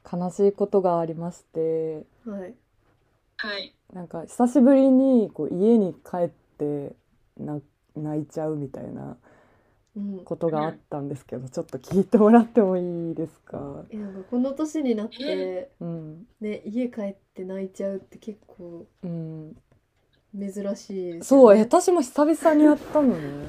悲しいことがありまして、 はい。 はい。 なんか久しぶりにこう家に帰ってな泣いちゃうみたいなうん。 ことがあったんですけど、ちょっと聞いてもらってもいいですか？ なんかこの年になっえ、 て、 うん、 ね、家帰って泣いちゃうって結構うん。 珍しいですよそう、 ね。 私も久々にやったのね。 うん。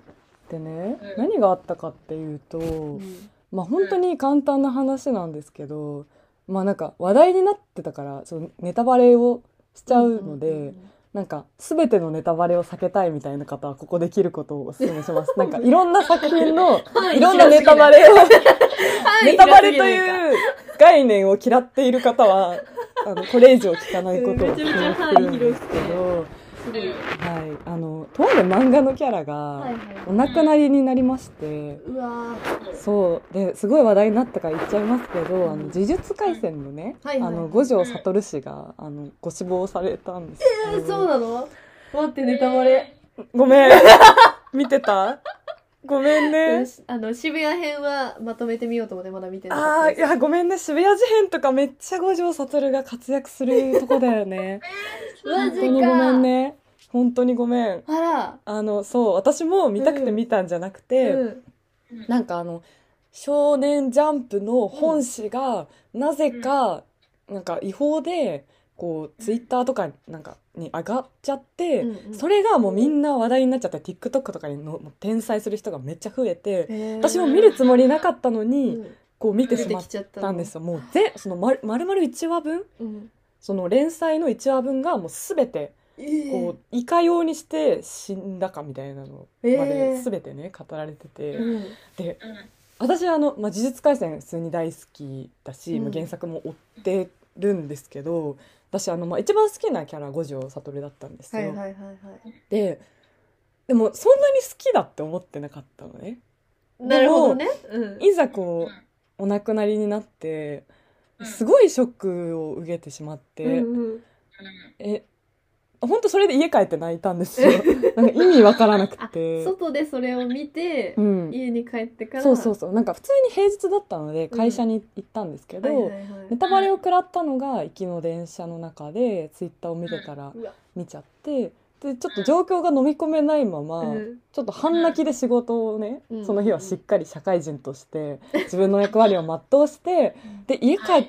でね、 うん。 何があったかっていうと、 うん。 まあ本当に簡単な話なんですけど、まあなんか話題になってたから、そのネタバレをしちゃううんうんので、 うんなんか全てのネタバレを避けたいみたいな方はここで切ることをお勧めします。なんかいろんな作品のはい、 いろんなネタバレを、 はい、 ネタバレと広すぎないか。 いう概念を嫌っている方は、これ以上聞かないことをおめちゃめちゃ勧めす範囲るんです広くて、 けど、 すごい。 はい、とある漫画のキャラがはいはいおは亡くなりになりまして、 い。うわそうですごい話題になったから言っちゃいますけど、 うん呪術廻戦のね、 はいはいはい。 五条悟氏がご死亡されたんですそうよ。 なの？待って、ネタバレ。 ごめん見てた？ごめんね。 渋谷編はまとめてみようと思ってまだ見てなかっああ、 たです。 いや、ごめんね。渋谷事変とかめっちゃ五条悟が活躍するとこだよね。 マジか。 本当にごめんね。本当にごめん。 あら。 そう、私も見たくて見たんじゃなくて、 うん。 なんか少年ジャンプの本誌が、なぜか、なんか違法で、こう、ツイッターとかなんかに上がっちゃって、 うんうん。 それがもうみんな話題になっちゃって、TikTok とかにの転載する人がめっちゃ増えて、 へー私も見るつもりなかったのうに、 ん。 こう見て出てしまっきちゃったの。 たんですよ。もうその丸々1話分、 うん。 その連載の1話分がもうすべて、こういかようにして死んだかみたいなのまで全てね語られてて、 うん。 で私呪術廻戦普通に大好きだし、 うん原作も追ってるんですけど、私一番好きなキャラ五条悟だったんですよ。 はいはいはいはい。 でもそんなに好きだって思ってなかったのね。 なるほどね。うん。 いざこうお亡くなりになってすごいショックを受けてしまって、 うんうん。 え本当それで家帰って泣いたんですよ。なんか意味わからなくあ、 て。 外でそれを見て、 うん。 家に帰ってから。 そうそうそう。なんか普通に平日だったので会社に行ったんですけど、 はいはいはい。 ネタバレを食らったのが行きの電車の中でツイッターを見てたらうわ。 見ちゃって、で、ちょっと状況が飲み込めないまま、 うんちょっと半泣きで仕事をね、 うんその日はしっかり社会人として自分の役割を全うして、で、家帰って、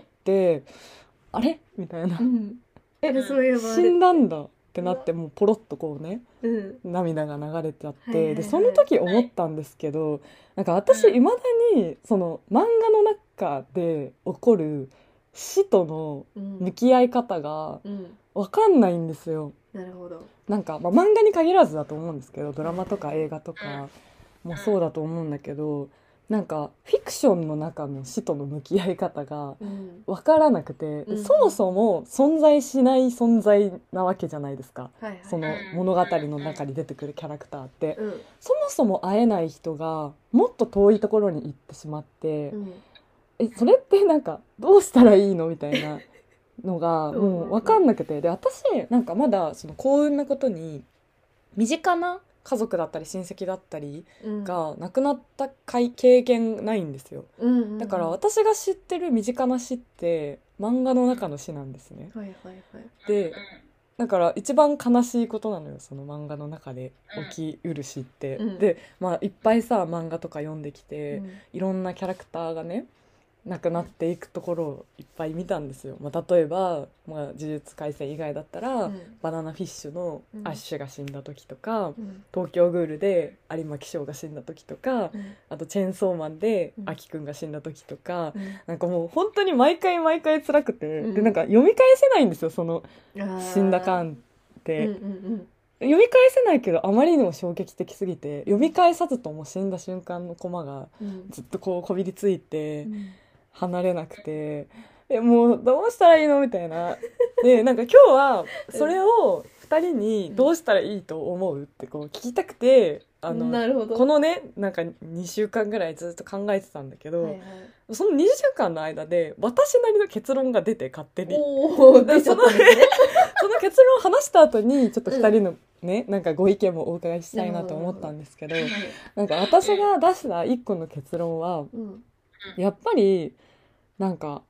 あれみたいなう。ん。そういえばあれ。 死んだんだってなって、もうポロッとこうね、 うん。 涙が流れてあって、 はいはいはいでその時思ったんですけど、なんか私いまだにその漫画の中で起こる死とのうん向き合い方がうん。 分かんないんですよ。 なるほど。 なんか、漫画に限らずだと思うんですけど、ドラマとか映画とかもそうだと思うんだけど、なんかフィクションの中の死との向き合い方がうん。 分からなくて、 うんそもそも存在しない存在なわけじゃないですか。 はいはい。 その物語の中に出てくるキャラクターってうん。 そもそも会えない人がもっと遠いところに行ってしまって、 うん。 それってなんかどうしたらいいのみたいなのがもう分かんなくて、で私なんかまだその幸運なことに身近な家族だったり親戚だったりうん。 が亡くなった経験ないんですよ。 うんうんうん。 だから私が知ってる身近な死って漫画の中の死なんですね。 はいはいはい。 でだから一番悲しいことなのよ、その漫画の中で起きうる死って、 うんでいっぱいさ漫画とか読んできて、 うんいろんなキャラクターがね亡くなっていくところをいっぱい見たんですよ。例えば、呪術廻戦以外だったら、 うんバナナフィッシュのアッシュが死んだ時とか、 うん東京グールで有馬騎将が死んだ時とか、 うんあとチェーンソーマンでうんアキくんが死んだ時とか、 うんなんかもう本当に毎回毎回辛くて、 うんでなんか読み返せないんですよ、そのあー死んだ感って、 うんうん読み返せないけどあまりにも衝撃的すぎて読み返さずとも死んだ瞬間のコマがうんずっとこうこびりついてうん離れなくて、もうどうしたらいいのみたいな。でなんか今日はそれを2人にどうしたらいいと思うってこう聞きたくて、 なるほど。 このねなんか2週間ぐらいずっと考えてたんだけど、 はいはい。 その2週間の間で私なりの結論が出て勝手に。 おお、出ちゃったんですね。 その結論を話した後にちょっと2人のね、なんかご意見もお伺いしたいなと思ったんですけど、 はい。 なんか私が出した1個の結論はうん。 やっぱりなんか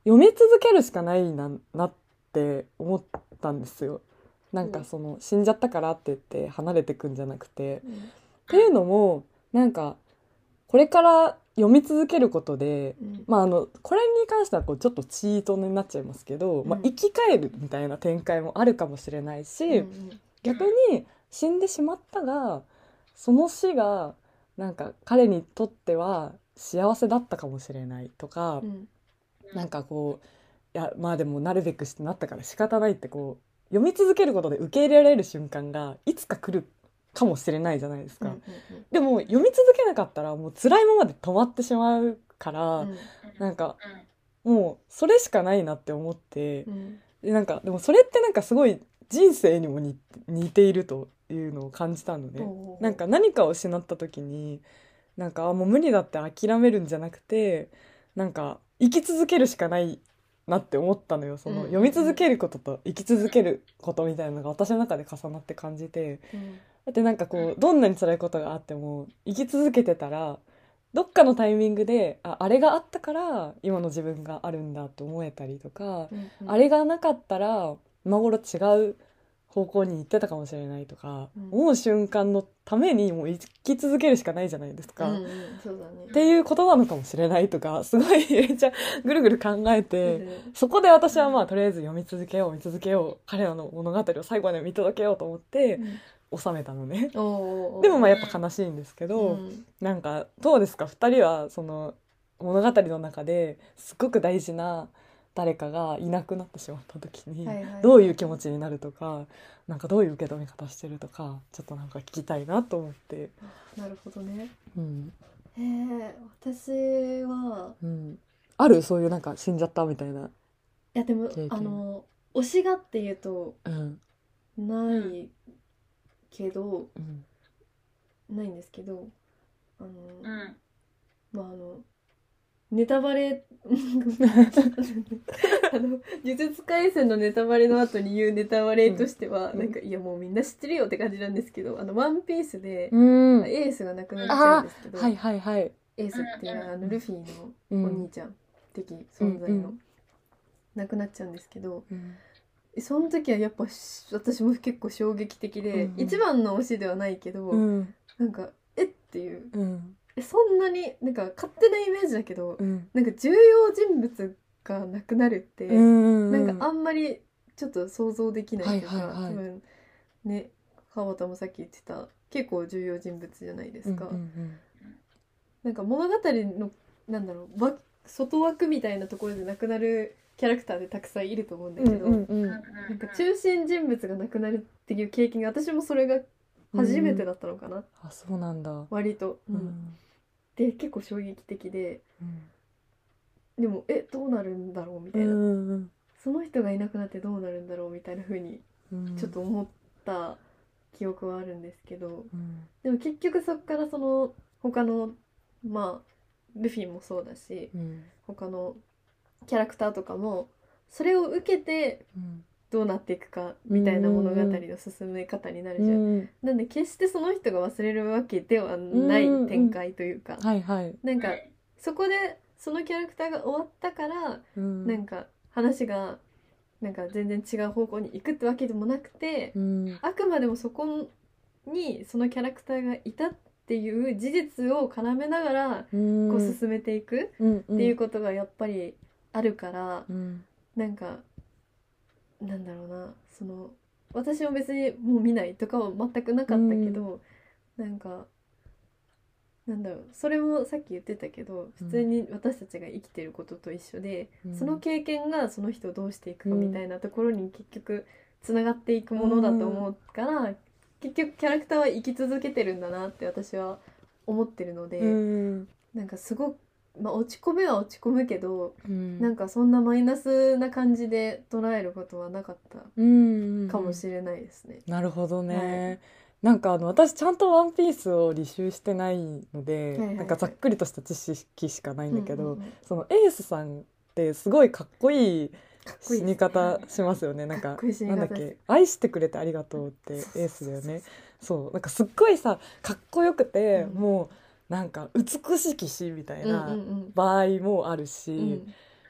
読み続けるしかないなって思ったんですよ。なんかその死んじゃったからって言って離れてくんじゃなくて、っていうのもなんかこれから読み続けることで、まあこれに関してはこうちょっとチートになっちゃいますけど、まあ、生き返るみたいな展開もあるかもしれないし、逆に死んでしまったがその死がなんか彼にとっては幸せだったかもしれないとか、なんかこういやまあでもなるべくしてなったから仕方ないってこう読み続けることで受け入れられる瞬間がいつか来るかもしれないじゃないですか。でも読み続けなかったらもう辛いままで止まってしまうから、なんかもうそれしかないなって思って、でなんかでもそれってなんかすごい人生にも似ているというのを感じたので、なんか何かを失った時になんかもう無理だって諦めるんじゃなくて、なんか生き続けるしかないなって思ったのよ。その読み続けることと生き続けることみたいなのが私の中で重なって感じて、だってなんかこうどんなに辛いことがあっても生き続けてたらどっかのタイミングであれがあったから今の自分があるんだと思えたりとか、あれがなかったら今頃違う方向に行ってたかもしれないとか、思う瞬間のためにもう生き続けるしかないじゃないですか、 そうだね、 っていうことなのかもしれないとかすごいめっちゃぐるぐる考えて、そこで私はまあとりあえず読み続けよう彼らの物語を最後まで見届けようと思って収めたのね。でもまあやっぱ悲しいんですけど、なんかどうですか2人はその物語の中ですごく大事な誰かがいなくなってしまった時にどういう気持ちになるとか、なんかどういう受け止め方してるとかちょっとなんか聞きたいなと思って。 なるほどね。私は、 あるそういうなんか死んじゃったみたいな。いやでも推しがっていうと、ないけど、ないんですけどまあネタバレ呪術廻戦のネタバレの後に言うネタバレとしては、なんかいやもうみんな知ってるよって感じなんですけど、ワンピースで、エースが亡くなっちゃうんですけど、エースっていうルフィのお兄ちゃん的存在の、亡くなっちゃうんですけど、その時はやっぱ私も結構衝撃的で、一番の推しではないけど、なんかっていう、そんなになんか勝手なイメージだけど、なんか重要人物が亡くなるって、なんかあんまりちょっと想像できないというか、多分ね、川端もさっき言ってた結構重要人物じゃないですか。なんか物語のなんだろう外枠みたいなところで亡くなるキャラクターでたくさんいると思うんだけど、なんか中心人物が亡くなるっていう経験が私もそれが初めてだったのかな。 あ、そうなんだ。 割と。で結構衝撃的で、でもどうなるんだろうみたいな、その人がいなくなってどうなるんだろうみたいな風にちょっと思った記憶はあるんですけど、でも結局そっからその他のまあルフィもそうだし、他のキャラクターとかもそれを受けてどうなっていくかみたいな物語の進め方になるじゃん。なんで決してその人が忘れるわけではない展開というか、なんかそこでそのキャラクターが終わったから、なんか話がなんか全然違う方向に行くってわけでもなくて、あくまでもそこにそのキャラクターがいたっていう事実を絡めながらこう進めていくっていうことがやっぱりあるから、なんかなんだろうな、その私も別にもう見ないとかは全くなかったけど、なんかなんだろう、それもさっき言ってたけど普通に私たちが生きてることと一緒で、その経験がその人をどうしていくかみたいなところに結局つながっていくものだと思うから、結局キャラクターは生き続けてるんだなって私は思ってるので、なんかすごく落ち込めは落ち込むけど、なんかそんなマイナスな感じで捉えることはなかったかもしれないですね。 なるほどね。なんか私ちゃんとワンピースを履修してないので、なんかざっくりとした知識しかないんだけど、そのエースさんってすごいかっこいい死に方しますよね。なんかなんだっけ、愛してくれてありがとうってエースだよね。そう、なんかすっごいさかっこよくて、もうなんか美しき死みたいな場合もあるし、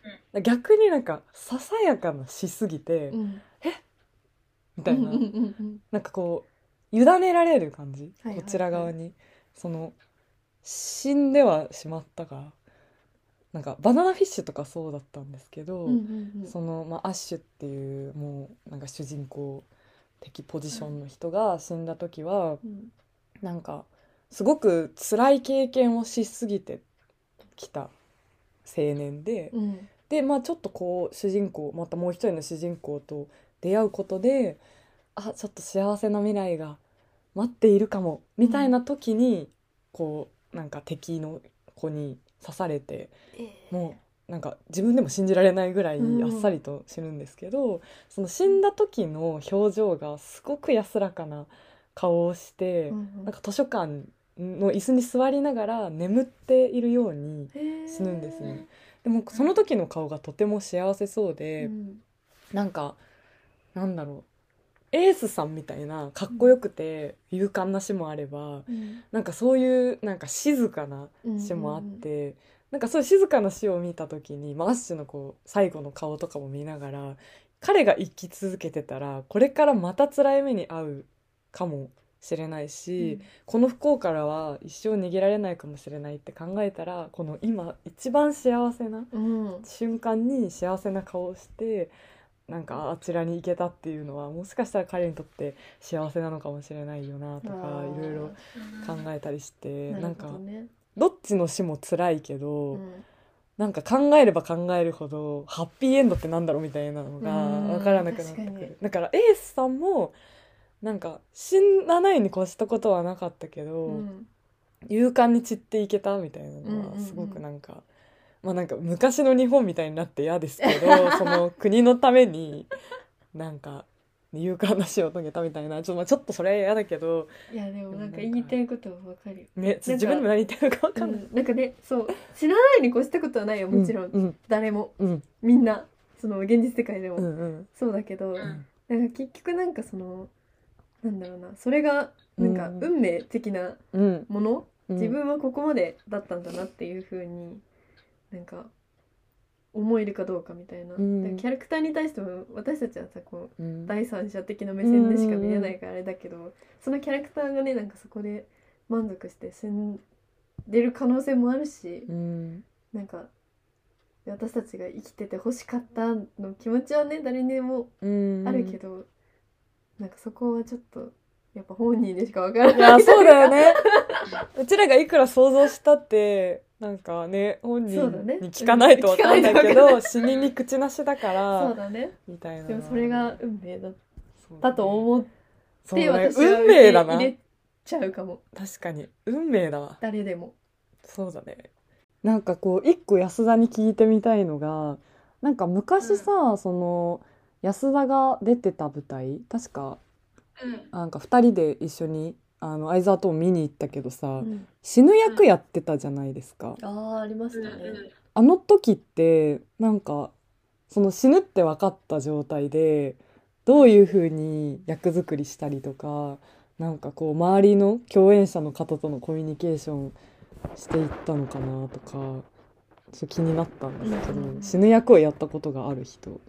逆になんかささやかなしすぎて、みたいな、なんかこう委ねられる感じ、こちら側にその死んではしまったが、なんかバナナフィッシュとかそうだったんですけど、その、アッシュっていうもうなんか主人公的ポジションの人が死んだ時は、なんかすごく辛い経験をしすぎてきた青年で、でちょっとこう主人公またもう一人の主人公と出会うことで、ちょっと幸せな未来が待っているかもみたいな時に、こうなんか敵の子に刺されて、もうなんか自分でも信じられないぐらいあっさりと死ぬんですけど、その死んだ時の表情がすごく安らかな顔をして、なんか図書館の椅子に座りながら眠っているように死ぬんですね。でもその時の顔がとても幸せそうで、なんかなんだろう、エースさんみたいなかっこよくて勇敢な死もあれば、なんかそういうなんか静かな死もあって、なんかそういう静かな死を見た時に、アッシュのこう最後の顔とかも見ながら、彼が生き続けてたらこれからまた辛い目に遭うかもしれないし、この不幸からは一生逃げられないかもしれないって考えたら、この今一番幸せな瞬間に幸せな顔をして、なんかあちらに行けたっていうのはもしかしたら彼にとって幸せなのかもしれないよなとかいろいろ考えたりして、なんかどっちの死も辛いけど、なんか考えれば考えるほどハッピーエンドってなんだろうみたいなのが分からなくなってくる。だからエースさんもなんか死なないに越したことはなかったけど、勇敢に散っていけたみたいなのはすごくなんか、なんか昔の日本みたいになって嫌ですけどその国のためになんか勇敢な死を遂げたみたいな、ちょっとそれは嫌だけど、 いやでもなんか言いたいことは分かるよね。自分でも何言ってるか分かんない、 なんかね、そう死なないに越したことはないよもちろん、誰も、みんなその現実世界でも、そうだけど、なんか結局なんかそのなんだろうな、それがなんか運命的なもの、自分はここまでだったんだなっていう風になんか思えるかどうかみたいな、キャラクターに対しても私たちはさこう、第三者的な目線でしか見れないからあれだけど、そのキャラクターがねなんかそこで満足して死んでる可能性もあるし、なんか私たちが生きてて欲しかったの気持ちはね誰にでもあるけど、なんかそこはちょっとやっぱ本人でしかわからない。いやそうだよねうちらがいくら想像したってなんかね本人に聞かないとわかんないけど、死にに口なしだからそうだねみたいな。 でもそれが運命だったと思って私は運命だな。 入れちゃうかも。 確かに運命だわ。 誰でもそうだね。なんかこう一個安田に聞いてみたいのが、なんか昔さ、その安田が出てた舞台確か、なんか2人で一緒に相沢とも見に行ったけどさ、死ぬ役やってたじゃないですか。 ありましたね。 あの時ってなんかその死ぬって分かった状態でどういう風に役作りしたりとか、なんかこう周りの共演者の方とのコミュニケーションしていったのかなとか、ちょっと気になったんですけど、死ぬ役をやったことがある人。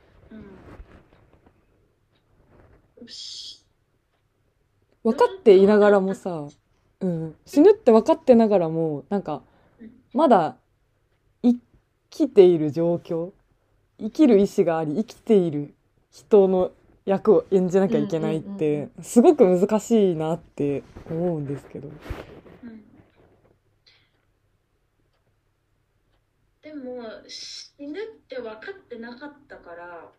分かっていながらもさ、死ぬって分かってながらもなんかまだ生きている状況、生きる意志があり生きている人の役を演じなきゃいけないってすごく難しいなって思うんですけど、 でも死ぬって分かってなかったから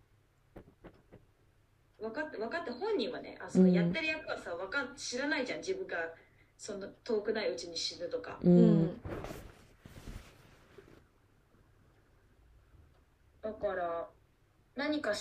分かって本人はね、そのやってる役はさ知らないじゃん、自分がその遠くないうちに死ぬとか、だから何か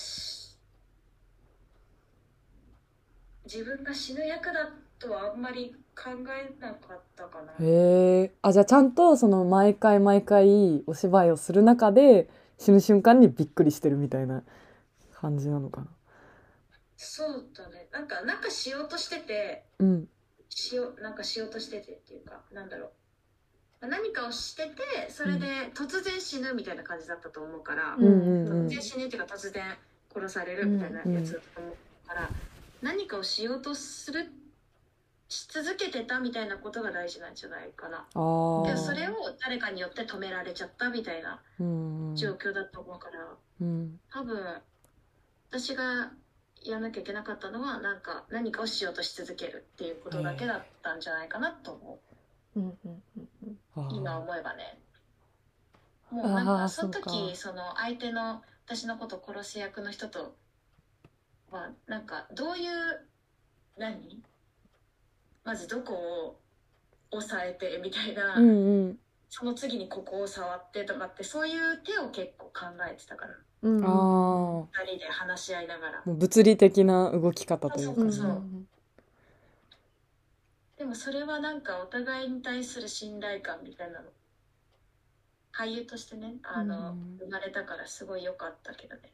自分が死ぬ役だとはあんまり考えなかったかな。 へえ。じゃあちゃんとその毎回毎回お芝居をする中で死ぬ瞬間にびっくりしてるみたいな感じなのかな。 そうだね。なんかしようとしてて、なんかしようとしててっていうか、なんだろう。 何かをしててそれで突然死ぬみたいな感じだったと思うから、突然死ぬっていうか突然殺されるみたいなやつだと思うから、何かをしようとし続けてたみたいなことが大事なんじゃないかな。でもそれを誰かによって止められちゃったみたいな状況だと思うから、多分私がやらなきゃいけなかったのは何かをしようとし続けるっていうことだけだったんじゃないかなと思う。今思えばね。もうその時その相手の私のことを殺す役の人とはどういうまずどこを押さえてみたいな、その次にここを触ってとかってそういう手を結構考えてたから、2人で話し合いながら物理的な動き方というか、 でもそれはお互いに対する信頼感みたいなの俳優としてね生まれたからすごい良かったけどね。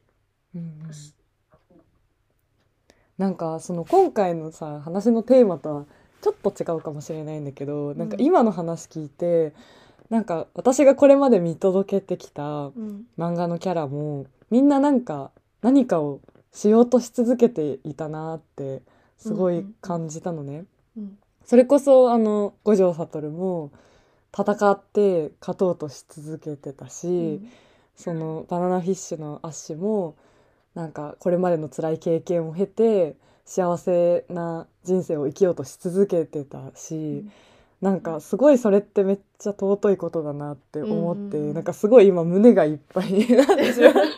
その今回のさ話のテーマとはちょっと違うかもしれないんだけど、今の話聞いて私がこれまで見届けてきた漫画のキャラもみんな何かをしようとし続けていたなってすごい感じたのね。それこそ五条悟も戦って勝とうとし続けてたし、そのバナナフィッシュのアッシュもこれまでの辛い経験を経て幸せな人生を生きようとし続けてたし、すごいそれってめっちゃ尊いことだなって思って、すごい今胸がいっぱいになってしまった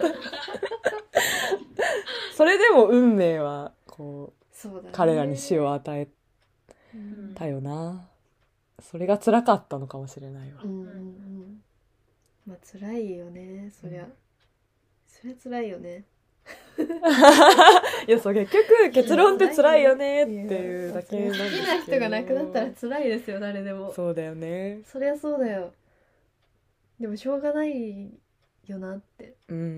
それでも運命は彼らに死を与えたよな。それが辛かったのかもしれないわ。 まあ辛いよね、そりゃ辛いよねいや結局結論って辛いよねっていうだけなんですけど、 好きな人が亡くなったら辛いですよ、誰でも。 そうだよね。 そりゃそうだよ。でもしょうがないよなって。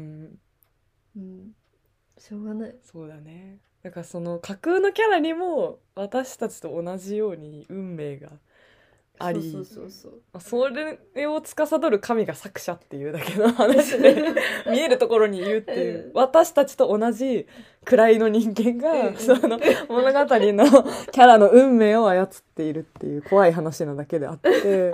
しょうがない。 そうだね。だからその架空のキャラにも私たちと同じように運命があり、それを司る神が作者っていうだけの話で見えるところにいるっていう、私たちと同じ位の人間がその物語のキャラの運命を操っているっていう怖い話なだけであって、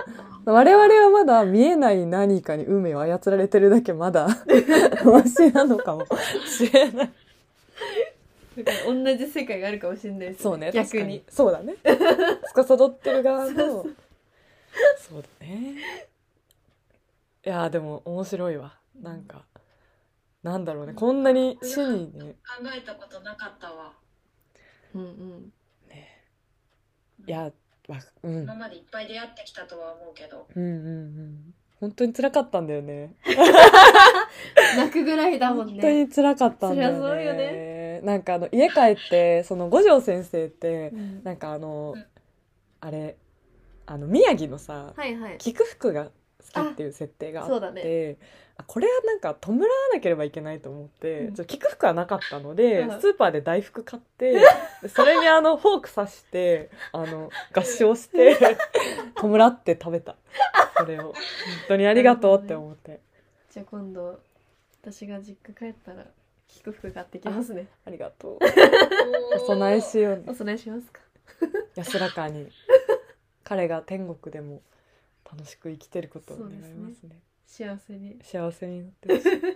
我々はまだ見えない何かに運命を操られてるだけまだマシなのかもしれない。 同じ世界があるかもしれないですね。 そうね、 逆に。 そうだね。司ってる側のそうだね。いやでも面白いわ。なんだろうね、こんなに死にね考えたことなかったわ。 ね。いや今までいっぱい出会ってきたとは思うけど、 本当に辛かったんだよね。 泣くぐらいだもんね。 本当に辛かったんだよね。 そりゃそうよね。 家帰ってその五条先生って、あれ宮城のさ、菊福が好きっていう設定があって、これは弔わなければいけないと思って、菊福はなかったので、スーパーで大福買ってそれにフォーク刺して合唱して弔って食べた。それを本当にありがとうって思って。 じゃあ今度私が実家帰ったら菊福買ってきますね。 ありがとう。お供えしようね。 お供えしますか。 安らかに彼が天国でも楽しく生きてることを願いますね。 幸せになってほしい。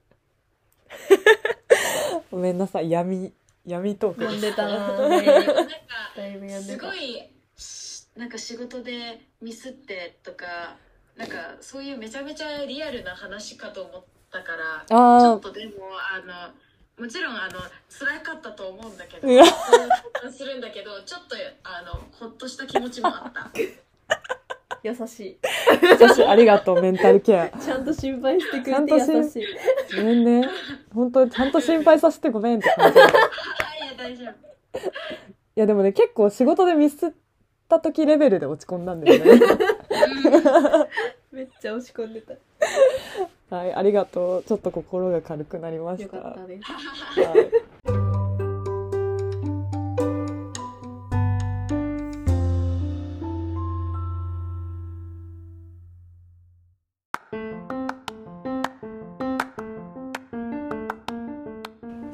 ごめんなさい、闇トーク読んでたな。 だいぶ読んでた。すごい仕事でミスってとかそういうめちゃめちゃリアルな話かと思ったから、ちょっとでももちろん辛かったと思うんだけどするんだけど、ちょっとほっとした気持ちもあった優しいありがとう、メンタルケアちゃんと心配してくれて優しい。 ごめんね、本当ちゃんと心配させてごめんって感じ。いや大丈夫。いやでもね、結構仕事でミスった時レベルで落ち込んだんだよねめっちゃ落ち込んでた。 はい、ありがとう。ちょっと心が軽くなりました。 よかったです。 はい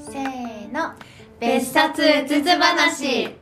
せーの。別冊うつつ話。